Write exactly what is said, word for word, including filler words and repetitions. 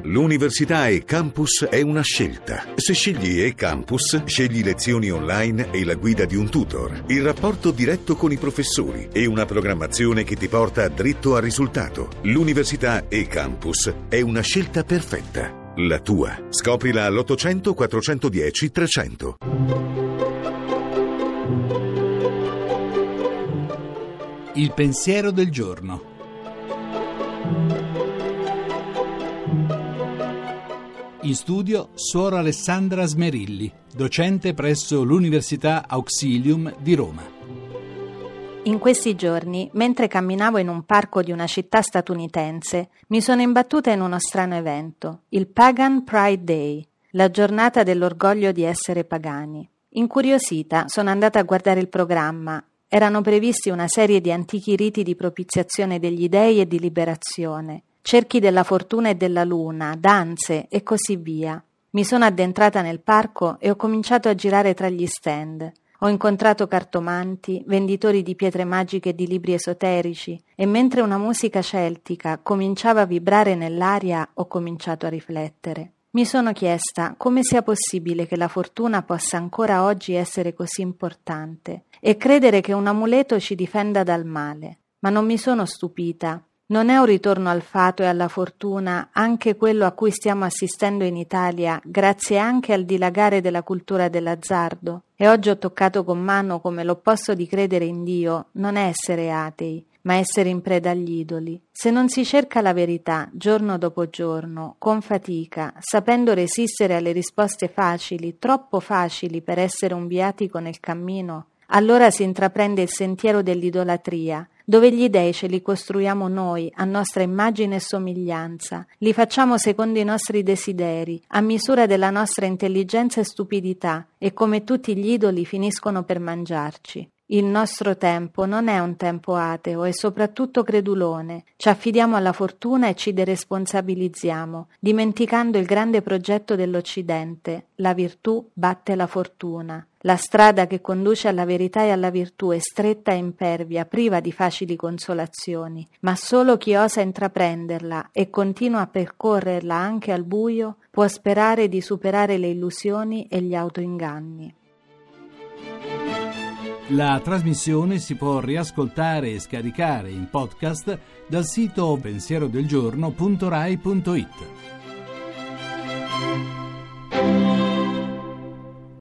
L'università e-Campus è una scelta. Se scegli e-Campus, scegli lezioni online e la guida di un tutor, il rapporto diretto con i professori e una programmazione che ti porta dritto al risultato. L'università e-Campus è una scelta perfetta. La tua. Scoprila all'ottocento quattrocentodieci trecento. Il pensiero del giorno. In studio Suor Alessandra Smerilli, docente presso l'Università Auxilium di Roma. In questi giorni, mentre camminavo in un parco di una città statunitense, mi sono imbattuta in uno strano evento, il Pagan Pride Day, la giornata dell'orgoglio di essere pagani. Incuriosita, sono andata a guardare il programma. Erano previsti una serie di antichi riti di propiziazione degli dei e di liberazione, cerchi della fortuna e della luna, danze e così via. Mi sono addentrata nel parco e ho cominciato a girare tra gli stand. Ho incontrato cartomanti, venditori di pietre magiche e di libri esoterici, e mentre una musica celtica cominciava a vibrare nell'aria, ho cominciato a riflettere. Mi sono chiesta come sia possibile che la fortuna possa ancora oggi essere così importante e credere che un amuleto ci difenda dal male. Ma non mi sono stupita. Non è un ritorno al fato e alla fortuna anche quello a cui stiamo assistendo in Italia, grazie anche al dilagare della cultura dell'azzardo? E oggi ho toccato con mano come l'opposto di credere in Dio non è essere atei, ma essere in preda agli idoli. Se non si cerca la verità giorno dopo giorno, con fatica, sapendo resistere alle risposte facili, troppo facili per essere un viatico nel cammino, allora si intraprende il sentiero dell'idolatria, dove gli dei ce li costruiamo noi, a nostra immagine e somiglianza, li facciamo secondo i nostri desideri, a misura della nostra intelligenza e stupidità, e come tutti gli idoli finiscono per mangiarci. Il nostro tempo non è un tempo ateo e soprattutto credulone. Ci affidiamo alla fortuna e ci deresponsabilizziamo, dimenticando il grande progetto dell'Occidente: la virtù batte la fortuna. La strada che conduce alla verità e alla virtù è stretta e impervia, priva di facili consolazioni, ma solo chi osa intraprenderla e continua a percorrerla anche al buio può sperare di superare le illusioni e gli autoinganni. La trasmissione si può riascoltare e scaricare in podcast dal sito pensierodelgiorno punto rai punto it.